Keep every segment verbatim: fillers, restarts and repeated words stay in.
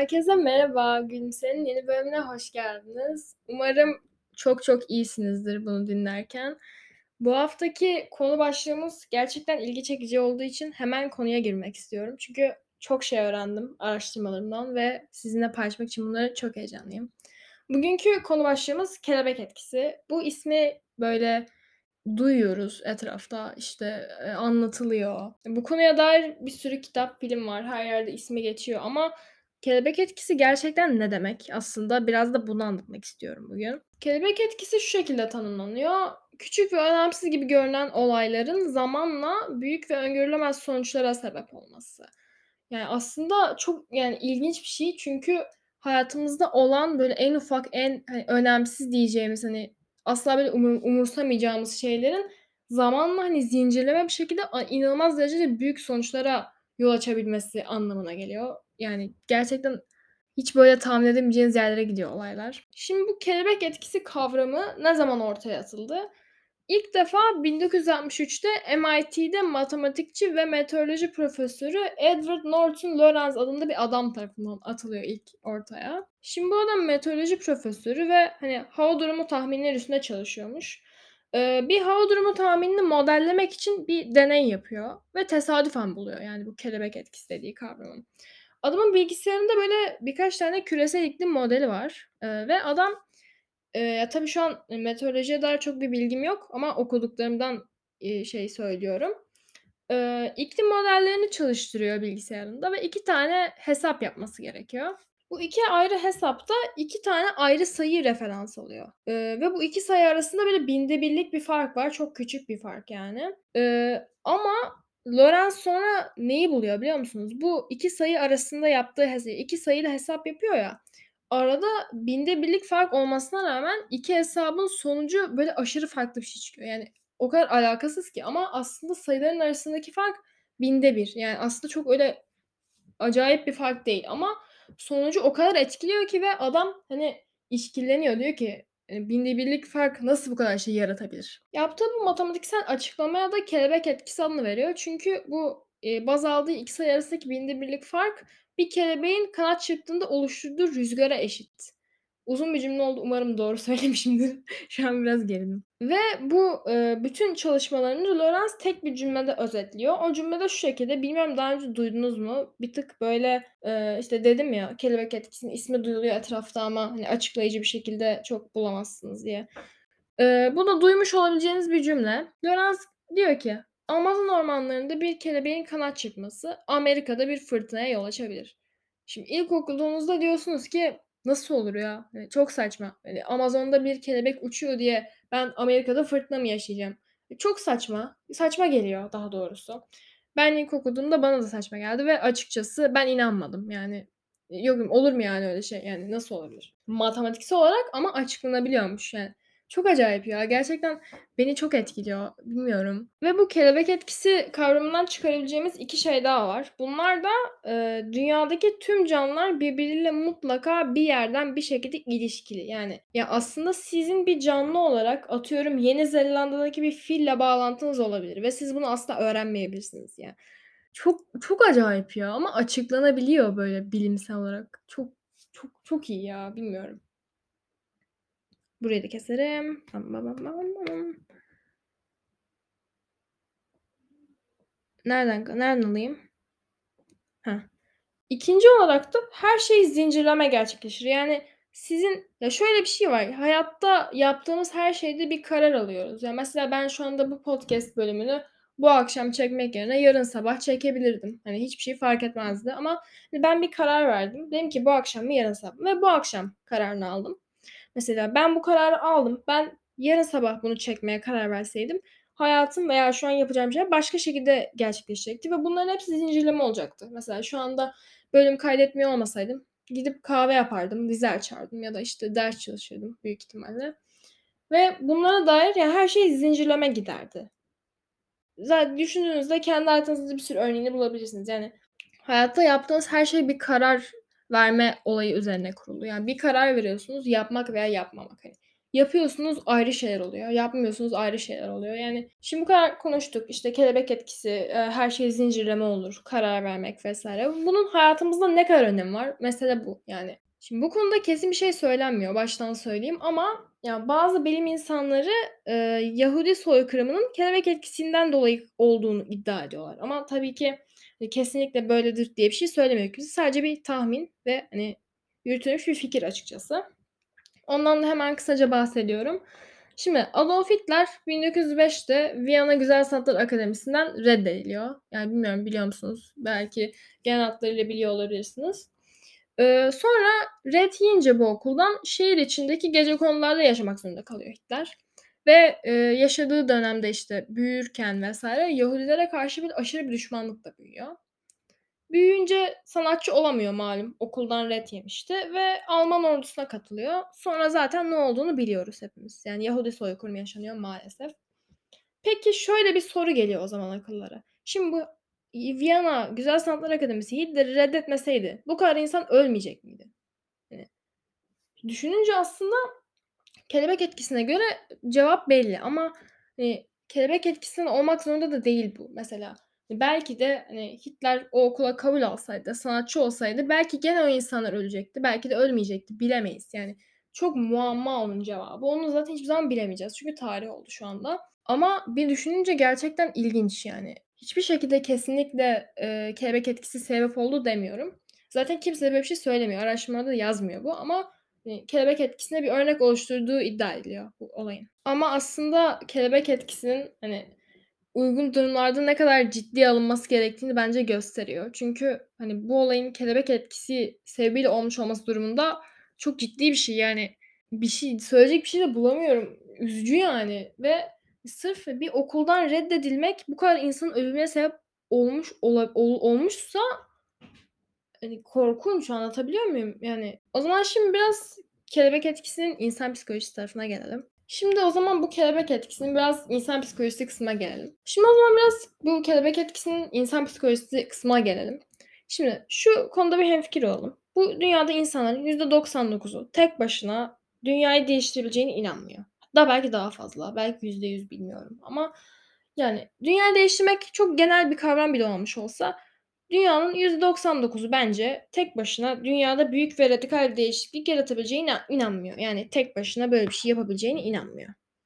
Herkese merhaba, Gülümser'in yeni bölümüne hoş geldiniz. Umarım çok çok iyisinizdir bunu dinlerken. Bu haftaki konu başlığımız gerçekten ilgi çekici olduğu için hemen konuya girmek istiyorum. Çünkü çok şey öğrendim araştırmalarımdan ve sizinle paylaşmak için bunları çok heyecanlıyım. Bugünkü konu başlığımız kelebek etkisi. Bu ismi böyle duyuyoruz etrafta, işte, eee, anlatılıyor. Bu konuya dair bir sürü kitap, film var. Her yerde ismi geçiyor ama kelebek etkisi gerçekten ne demek? Aslında biraz da bunu anlatmak istiyorum bugün. Kelebek etkisi şu şekilde tanımlanıyor: küçük ve önemsiz gibi görünen olayların zamanla büyük ve öngörülemez sonuçlara sebep olması. Yani, aslında çok, yani, ilginç bir şey çünkü hayatımızda olan, böyle, en ufak, en, hani, önemsiz diyeceğimiz, hani, asla böyle umur umursamayacağımız şeylerin zamanla, hani, zincirleme bir şekilde a inanılmaz derecede büyük sonuçlara yol açabilmesi anlamına geliyor. Yani, gerçekten hiç böyle tahmin edemeyeceğiniz yerlere gidiyor olaylar. Şimdi bu kelebek etkisi kavramı ne zaman ortaya atıldı? İlk defa bin dokuz yüz altmış üçte M I T'de matematikçi ve meteoroloji profesörü Edward Norton Lorenz adında bir adam tarafından atılıyor ilk ortaya. Şimdi bu adam meteoroloji profesörü ve, hani, hava durumu tahminleri üstünde çalışıyormuş. Eee, bir hava durumu tahminini modellemek için bir deney yapıyor ve tesadüfen buluyor, yani, bu kelebek etkisi dediği kavramı. Adamın bilgisayarında böyle birkaç tane küresel iklim modeli var, eee, ve adam, eee, ya, tabii şu an meteorolojiye dair çok bir bilgim yok ama okuduklarımdan, eee, şey söylüyorum. Eee, iklim modellerini çalıştırıyor bilgisayarında ve iki tane hesap yapması gerekiyor. Bu iki ayrı hesapta iki tane ayrı sayıyı referans alıyor, eee, ve bu iki sayı arasında böyle binde birlik bir fark var. Çok küçük bir fark yani. Eee, ama Lorenz sonra neyi buluyor biliyor musunuz? Bu iki sayı arasında yaptığı hesa iki sayıyla hesap yapıyor ya, arada binde birlik fark olmasına rağmen iki hesabın sonucu böyle aşırı farklı bir şey çıkıyor. Yani o kadar alakasız ki ama aslında sayıların arasındaki fark binde bir. Yani aslında çok öyle acayip bir fark değil ama sonucu o kadar etkiliyor ki ve adam, hani, işkilleniyor. Diyor ki, eee, binde birlik fark nasıl bu kadar şey yaratabilir? Yaptığı bu matematiksel açıklamaya da kelebek etkisi adını veriyor. Çünkü bu, eee, baz aldığı iki sayı arasındaki binde birlik fark bir kelebeğin kanat çırptığında oluşturduğu rüzgâra eşit. Uzun bir cümle oldu. Umarım doğru söylemişimdir. Şu an biraz gerildim. Ve bu, eee, bütün çalışmalarını Lorenz tek bir cümlede özetliyor. O cümle de şu şekilde, bilmiyorum daha önce duydunuz mu? Bir tık böyle, eee, işte dedim ya, kelebek etkisinin ismi duyuluyor etrafta ama, hani, açıklayıcı bir şekilde çok bulamazsınız diye. Eee, bunu duymuş olabileceğiniz bir cümle. Lorenz diyor ki, Amazon ormanlarında bir kelebeğin kanat çırpması Amerika'da bir fırtınaya yol açabilir. Şimdi ilk okuduğunuzda diyorsunuz ki nasıl olur ya? Hani, çok saçma. Hani, Amazon'da bir kelebek uçuyor diye ben Amerika'da fırtına mı yaşayacağım? E, çok saçma. Saçma geliyor daha doğrusu. Ben ilk okuduğumda bana da saçma geldi ve açıkçası ben inanmadım. Yani, yok, olur mu yani öyle şey? Yani nasıl olabilir? Matematiksel olarak ama açıklanabiliyormuş yani. Çok acayip ya. Gerçekten beni çok etkiliyor. Bilmiyorum. Ve bu kelebek etkisi kavramından çıkarabileceğimiz iki şey daha var. Bunlar da, eee, dünyadaki tüm canlılar birbiriyle mutlaka bir yerden bir şekilde ilişkili. Yani, ya, aslında sizin bir canlı olarak atıyorum Yeni Zelanda'daki bir fille bağlantınız olabilir ve siz bunu asla öğrenmeyebilirsiniz yani. Çok çok acayip ya ama açıklanabiliyor böyle bilimsel olarak. Çok çok çok iyi ya, bilmiyorum. Burayı da keserim. Bam bam bam bam bam. Nereden ka nereden alayım? Heh. ikinci olarak da her şey zincirleme gerçekleşir. Yani sizin ya şöyle bir şey var, hayatta yaptığımız her şeyde bir karar alıyoruz. Ya, mesela ben şu anda bu podcast bölümünü bu akşam çekmek yerine yarın sabah çekebilirdim. Hani, hiçbir şey fark etmezdi ama hani, ben bir karar verdim. Dedim ki bu akşam mı yarın sabah mı ve bu akşam kararını aldım. Mesela ben bu kararı aldım. Ben yarın sabah bunu çekmeye karar verseydim hayatım veya şu an yapacağım şeyler başka şekilde gerçekleşecekti ve bunların hepsi zincirleme olacaktı. Mesela şu anda bölüm kaydetmiyor olmasaydım gidip kahve yapardım, dizi açardım ya da, işte, ders çalışırdım büyük ihtimalle ve bunlara dair ya her şey zincirleme giderdi. Za düşündüğünüzde kendi hayatınızda bir sürü örneğini bulabilirsiniz. Yani hayatta yaptığınız her şey bir karar verme olayı üzerine kurulu. Yani bir karar veriyorsunuz, yapmak veya yapmamak, hani. Yapıyorsunuz ayrı şeyler oluyor, yapmıyorsunuz ayrı şeyler oluyor. Yani şimdi bu kadar konuştuk. İşte kelebek etkisi, eee, her şey zincirleme olur, karar vermek vesaire. Bunun hayatımızda ne kadar önemi var? Mesele bu yani. Şimdi bu konuda kesin bir şey söylenmiyor, baştan söyleyeyim ama ya bazı bilim insanları, eee, Yahudi soykırımının kelebek etkisinden dolayı olduğunu iddia ediyorlar. Ama tabii ki, eee, kesinlikle böyledir diye bir şey söylemiyor kimse. Sadece bir tahmin ve, hani, yürütülmüş bir fikir açıkçası. Ondan da hemen kısaca bahsediyorum. Şimdi Adolf Hitler bin dokuz yüz beşte Viyana Güzel Sanatlar Akademisi'nden reddediliyor. Yani bilmiyorum biliyor musunuz? Belki genel hatlarıyla biliyor olabilirsiniz. Eee, sonra ret yiyince bu okuldan şehir içindeki gecekondularda yaşamak zorunda kalıyor Hitler ve, eee, yaşadığı dönemde, işte, büyürken vesaire Yahudilere karşı bir aşırı bir düşmanlıkla büyüyor. Büyüyünce sanatçı olamıyor malum. Okuldan ret yemişti ve Alman ordusuna katılıyor. Sonra zaten ne olduğunu biliyoruz hepimiz. Yani Yahudi soykırımı yaşanıyor maalesef. Peki şöyle bir soru geliyor o zaman akıllara. Şimdi bu Viyana Güzel Sanatlar Akademisi Hitler'i reddetmeseydi bu kadar insan ölmeyecek miydi? Hani düşününce aslında kelebek etkisine göre cevap belli ama, hani, kelebek etkisinden olmak zorunda da değil bu mesela. Belki de, hani, Hitler o okula kabul alsaydı, sanatçı olsaydı belki gene o insanlar ölecekti, belki de ölmeyecekti, bilemeyiz. Yani çok muamma onun cevabı. Onu zaten hiçbir zaman bilemeyeceğiz çünkü tarih oldu şu anda. Ama bir düşününce gerçekten ilginç yani. Hiçbir şekilde kesinlikle, eee, kelebek etkisi sebep oldu demiyorum. Zaten kimse de böyle bir şey söylemiyor. Araştırmalarda da yazmıyor bu ama Eee, kelebek etkisine bir örnek oluşturduğu iddia ediliyor bu olayın. Ama aslında kelebek etkisinin, hani, uygun durumlarda ne kadar ciddiye alınması gerektiğini bence gösteriyor. Çünkü, hani, bu olayın kelebek etkisi sebebiyle olmuş olması durumunda çok ciddi bir şey. Yani, bir şey söyleyecek bir şey de bulamıyorum. Üzücü yani ve sırf bir okuldan reddedilmek bu kadar insanın ölümüne sebep olmuş ola ol olmuşsa hani, korkunç, anlatabiliyor muyum? Yani, o zaman şimdi biraz kelebek etkisinin insan psikolojisi tarafına gelelim. Şimdi o zaman bu kelebek etkisinin biraz insan psikolojisi kısmına gelelim. Şimdi o zaman biraz bu kelebek etkisinin insan psikolojisi kısmına gelelim. Şimdi şu konuda bir hemfikir olalım. Bu dünyada insanların yüzde doksan dokuzu tek başına dünyayı değiştirebileceğine inanmıyor. Hatta belki daha fazla, belki yüzde yüz bilmiyorum ama yani dünyayı değiştirmek çok genel bir kavram bile olmuş olsa dünyanın yüzde doksan dokuzu bence tek başına dünyada büyük ve radikal bir değişiklik yaratabileceğine inan inanmıyor. Yani tek başına böyle bir şey yapabileceğine inanmıyor.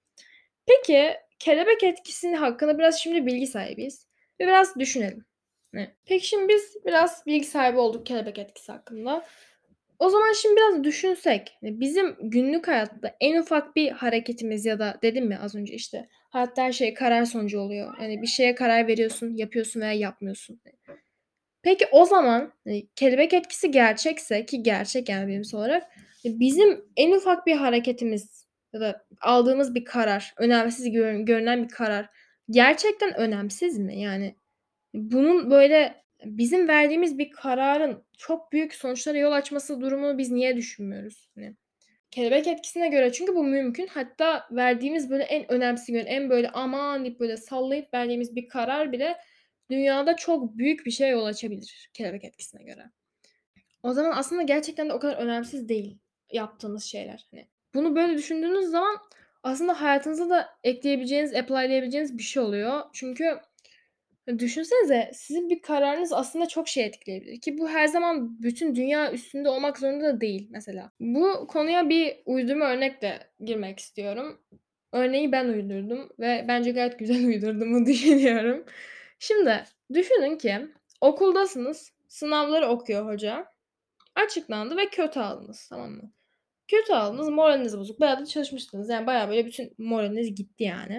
Peki, kelebek etkisinin hakkında biraz şimdi bilgi sahibiyiz ve biraz düşünelim. Hani, peki şimdi biz biraz bilgi sahibi olduk kelebek etkisi hakkında. O zaman şimdi biraz düşünsek, hani, bizim günlük hayatta en ufak bir hareketimiz ya da dedim ya az önce, işte, hayatta her şey karar sonucu oluyor. Yani bir şeye karar veriyorsun, yapıyorsun veya yapmıyorsun. Peki o zaman, hani, kelebek etkisi gerçekse ki gerçek yani bilimsel olarak, e, bizim en ufak bir hareketimiz ya da aldığımız bir karar, önemsiz gör görünen bir karar gerçekten önemsiz mi? Yani bunun böyle bizim verdiğimiz bir kararın çok büyük sonuçlara yol açması durumunu biz niye düşünmüyoruz? Hani, kelebek etkisine göre çünkü bu mümkün. Hatta verdiğimiz böyle en önemsiz, en böyle aman deyip böyle sallayıp verdiğimiz bir karar bile dünyada çok büyük bir şeye yol açabilir kelebek etkisine göre. O zaman aslında gerçekten de o kadar önemsiz değil yaptığınız şeyler, hani. Bunu böyle düşündüğünüz zaman aslında hayatınıza da ekleyebileceğiniz, apply'layabileceğiniz bir şey oluyor. Çünkü düşünsenize sizin bir kararınız aslında çok şey etkileyebilir ki bu her zaman bütün dünya üstünde olmak zorunda da değil mesela. Bu konuya bir uydurma örnekle girmek istiyorum. Örneği ben uydurdum ve bence gayet güzel uydurduğumu düşünüyorum. Şimdi düşünün ki okuldasınız, sınavları okuyor hoca. Açıklandı ve kötü aldınız, tamam mı? Kötü aldınız, moraliniz bozuk. Bayağı da çalışmıştınız. Yani bayağı böyle bütün moraliniz gitti yani.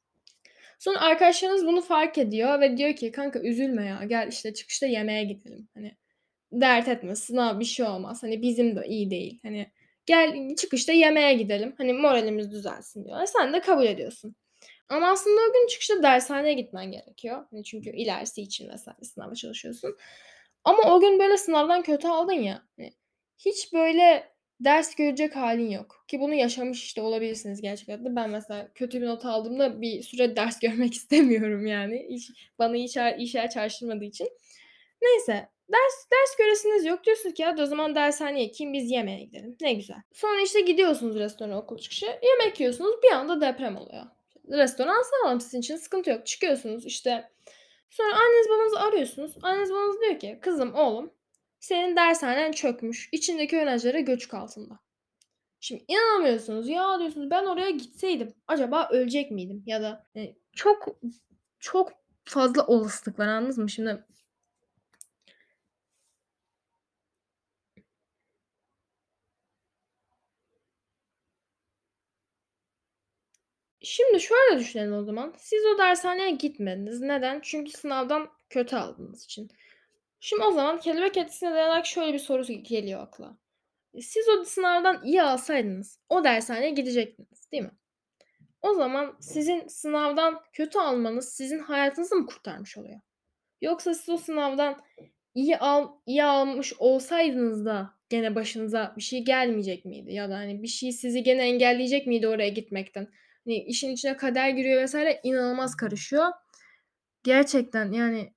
Sonra arkadaşlarınız bunu fark ediyor ve diyor ki kanka üzülme ya gel işte çıkışta yemeğe gidelim. Hani dert etme sınav bir şey olmaz. Hani bizim de iyi değil. Hani gel çıkışta yemeğe gidelim. Hani moralimiz düzelsin diyor. Sen de kabul ediyorsun. Ama aslında o gün çıkışta dershaneye gitmen gerekiyor. Hani çünkü ilerisi için vesaire sınava çalışıyorsun. Ama o gün böyle sınavdan kötü aldın ya. Hani hiç böyle ders görecek halin yok. Ki bunu yaşamış işte olabilirsiniz gerçek hayatta. Ben mesela kötü bir not aldığımda bir süre ders görmek istemiyorum yani. Hiç, bana hiç işler çağrıştırmadığı için. Neyse, ders ders göresiniz yok. Diyorsunuz ki hadi o zaman dershaneye gideyim, biz yemeğe gidelim. Ne güzel. Sonra, işte, gidiyorsunuz restorana okul çıkışı, yemek yiyorsunuz, bir anda deprem oluyor. Restoran sağlam, sizin için sıkıntı yok. Çıkıyorsunuz, işte, sonra anneniz babanızı arıyorsunuz. Anneniz babanız diyor ki kızım, oğlum, senin dershanen çökmüş, içindeki öğrencilere göçük altında. Şimdi inanamıyorsunuz. Ya diyorsunuz ben oraya gitseydim acaba ölecek miydim? Ya da, eee, çok çok fazla olasılık var, anladınız mı? Şimdi Şimdi şöyle düşünelim o zaman. Siz o dershaneye gitmediniz. Neden? Çünkü sınavdan kötü aldığınız için. Şimdi o zaman kelebek etkisine dayanarak şöyle bir soru geliyor akla. E, siz o sınavdan iyi alsaydınız o dershaneye gidecektiniz, değil mi? O zaman sizin sınavdan kötü almanız sizin hayatınızı mı kurtarmış oluyor? Yoksa siz o sınavdan iyi al iyi almış olsaydınız da gene başınıza bir şey gelmeyecek miydi? Ya da, hani, bir şey sizi gene engelleyecek miydi oraya gitmekten? Hani, işin içine kader giriyor vesaire inanılmaz karışıyor. Gerçekten, yani,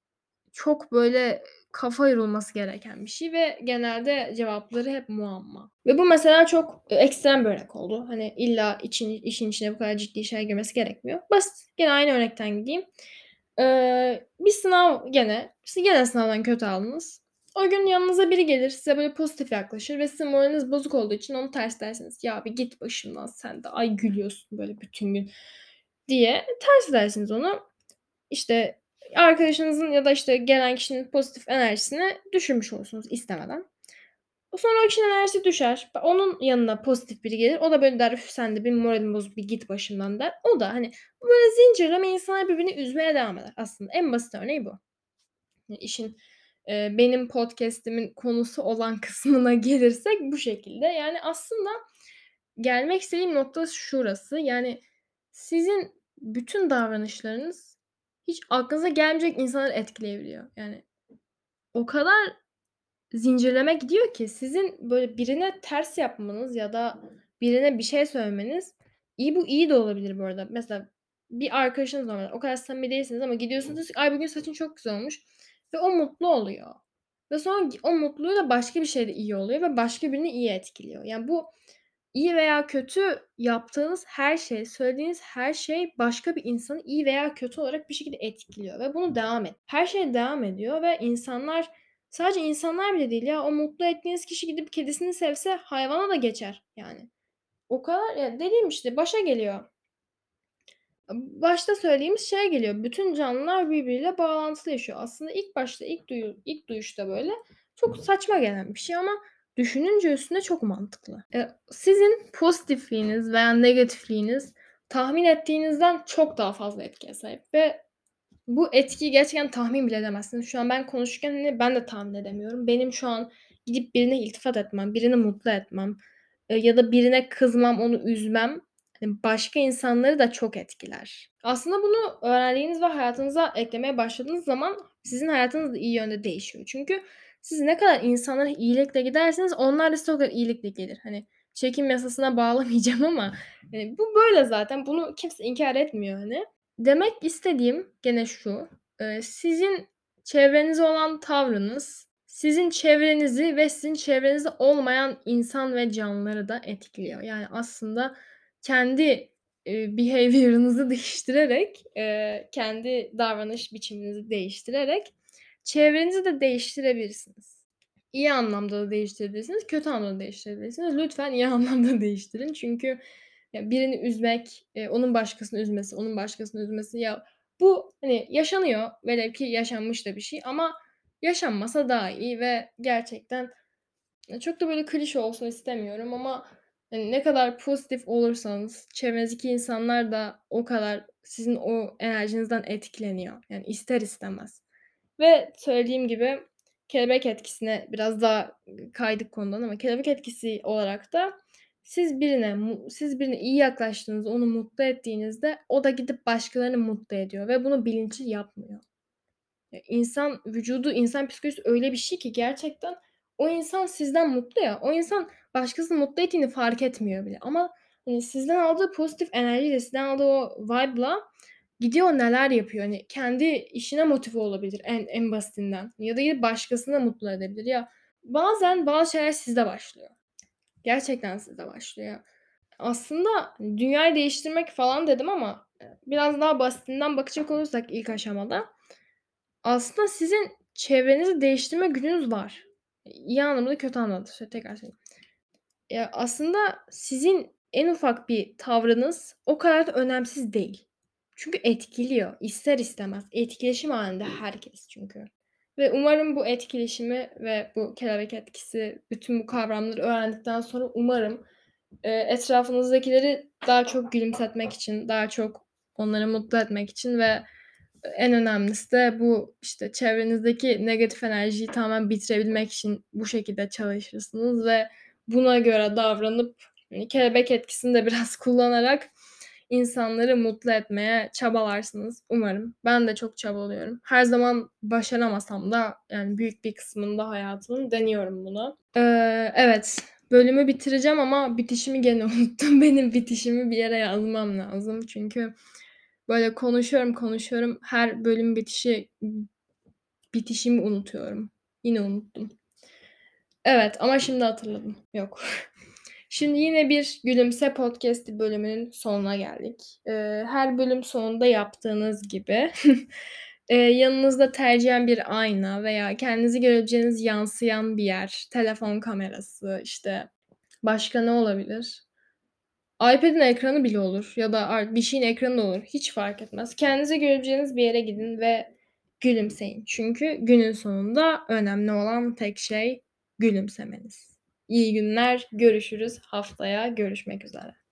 çok, böyle, kafa yorulması gereken bir şey ve genelde cevapları hep muamma. Ve bu mesela çok, eee, ekstrem bir örnek oldu. Hani, illa için işin içine bu kadar ciddi şeyler girmesi gerekmiyor. Basit, gene aynı örnekten gideyim. Eee, bir sınav gene, işte, gene sınavdan kötü aldınız. O gün yanınıza biri gelir, size böyle pozitif yaklaşır ve sizin moraliniz bozuk olduğu için onu terslersiniz. "Ya, bir git başımdan sen de, ay gülüyorsun böyle bütün gün." diye terslersiniz onu. İşte, arkadaşınızın ya da, işte, gelen kişinin pozitif enerjisini düşürmüş olursunuz istemeden. Sonra o kişinin enerjisi düşer. Onun yanına pozitif biri gelir. O da böyle der, "Üf, sen de benim moralim bozuk, bir git başımdan." der. O da, hani, bu böyle zincirleme insanlar birbirini üzmeye devam eder aslında. En basit örneği bu. Hani, işin, eee, benim podcast'imin konusu olan kısmına gelirsek bu şekilde. Yani, aslında gelmek istediğim nokta şurası: Yani, sizin bütün davranışlarınız hiç aklınıza gelmeyecek insanları etkileyebiliyor. Yani, o kadar zincirleme gidiyor ki sizin böyle birine ters yapmanız ya da birine bir şey söylemeniz iyi bu iyi de olabilir bu arada. Mesela bir arkadaşınız var, o kadar samimi değilsiniz ama gidiyorsunuz diyorsunuz ki, "Ay, bugün saçın çok güzel olmuş." ve o mutlu oluyor. Ve sonra gi o mutluluğuyla başka bir şey de iyi oluyor ve başka birini iyi etkiliyor. Yani bu İyi veya kötü yaptığınız her şey, söylediğiniz her şey başka bir insanı iyi veya kötü olarak bir şekilde etkiliyor ve bunu devam et her şey devam ediyor ve insanlar sadece insanlar bile değil ya, o mutlu ettiğiniz kişi gidip kedisini sevse hayvana da geçer yani. O kadar ya dediğim işte başa geliyor. Başta söylediğimiz şeye geliyor. Bütün canlılar birbiriyle bağlantılı yaşıyor. Aslında ilk başta, ilk duyu ilk duyuşta böyle çok saçma gelen bir şey ama düşününce üstüne çok mantıklı. Eee, sizin pozitifliğiniz veya negatifliğiniz tahmin ettiğinizden çok daha fazla etkiye sahip ve bu etkiyi gerçekten tahmin bile edemezsiniz. Şu an ben konuşurken, hani, ben de tahmin edemiyorum. Benim şu an gidip birine iltifat etmem, birini mutlu etmem, eee, ya da birine kızmam, onu üzmem, hani, başka insanları da çok etkiler. Aslında bunu öğrendiğiniz ve hayatınıza eklemeye başladığınız zaman sizin hayatınız da iyi yönde değişiyor. Çünkü siz ne kadar insanlara iyilikle giderseniz onlar da size o kadar iyilikle gelir. Hani, çekim yasasına bağlamayacağım ama, hani, bu böyle zaten. Bunu kimse inkâr etmiyor, hani. Demek istediğim gene şu: Eee, sizin çevrenize olan tavrınız, sizin çevrenizi ve sizin çevrenizde olmayan insan ve canlıları da etkiliyor. Yani, aslında kendi, eee, behavior'ınızı değiştirerek, eee, kendi davranış biçiminizi değiştirerek çevrenizi de değiştirebilirsiniz. İyi anlamda da değiştirebilirsiniz, kötü anlamda da değiştirebilirsiniz. Lütfen iyi anlamda değiştirin. Çünkü ya, birini üzmek, eee, onun başkasını üzmesi, onun başkasını üzmesi, ya, bu, hani, yaşanıyor. Velev ki yaşanmış da bir şey ama yaşanmasa daha iyi ve gerçekten, eee, çok da böyle klişe olsun istemiyorum ama, hani, ne kadar pozitif olursanız çevrenizdeki insanlar da o kadar sizin o enerjinizden etkileniyor. Yani ister istemez. Ve söylediğim gibi kelebek etkisine biraz daha, ııı, kaydık konudan ama kelebek etkisi olarak da siz birine mu siz birine iyi yaklaştığınızda, onu mutlu ettiğinizde o da gidip başkalarını mutlu ediyor ve bunu bilinçli yapmıyor. Ya, insan vücudu, insan psikolojisi öyle bir şey ki gerçekten o insan sizden mutlu ya, o insan başkasını mutlu ettiğini fark etmiyor bile ama, hani, sizden aldığı pozitif enerjiyle, sizden aldığı o vibe'la gidiyor neler yapıyor. Hani kendi işine motive olabilir en en basitinden ya da gidip başkasını da mutlu edebilir. Ya, bazen bazı şeyler sizde başlıyor. Gerçekten sizde başlıyor. Aslında dünyayı değiştirmek falan dedim ama, eee, biraz daha basitinden bakacak olursak ilk aşamada, aslında sizin çevrenizi değiştirme gücünüz var. İyi anlamda kötü anlamda. Şöyle tekrar söyleyeyim. Ya, aslında sizin en ufak bir tavrınız o kadar da önemsiz değil. Çünkü etkiliyor. İster istemez. Etkileşim hâlinde herkes çünkü. Ve umarım bu etkileşimi ve bu kelebek etkisi, bütün bu kavramları öğrendikten sonra umarım, eee, etrafınızdakileri daha çok gülümsetmek için, daha çok onları mutlu etmek için ve en önemlisi de bu, işte, çevrenizdeki negatif enerjiyi tamamen bitirebilmek için bu şekilde çalışırsınız ve buna göre davranıp, hani, kelebek etkisini de biraz kullanarak insanları mutlu etmeye çabalarsınız umarım. Ben de çok çabalıyorum. Her zaman başaramasam da, yani, büyük bir kısmında hayatımın deniyorum bunu. Eee, evet, bölümü bitireceğim ama bitişimi gene unuttum. Benim bitişimi bir yere yazmam lazım. Çünkü böyle konuşuyorum, konuşuyorum. Her bölüm bitişi bitişimi unutuyorum. Yine unuttum. Evet ama şimdi hatırladım. Yok. Şimdi yine bir Gülümse Podcast'i bölümünün sonuna geldik. Eee, her bölüm sonunda yaptığınız gibi, eee, yanınızda tercihen bir ayna veya kendinizi görebileceğiniz yansıyan bir yer, telefon kamerası, işte, başka ne olabilir? iPad'in ekranı bile olur ya da ar bir şeyin ekranı da olur. Hiç fark etmez. Kendinizi görebileceğiniz bir yere gidin ve gülümseyin. Çünkü günün sonunda önemli olan tek şey gülümsemeniz. İyi günler, görüşürüz. Haftaya görüşmek üzere.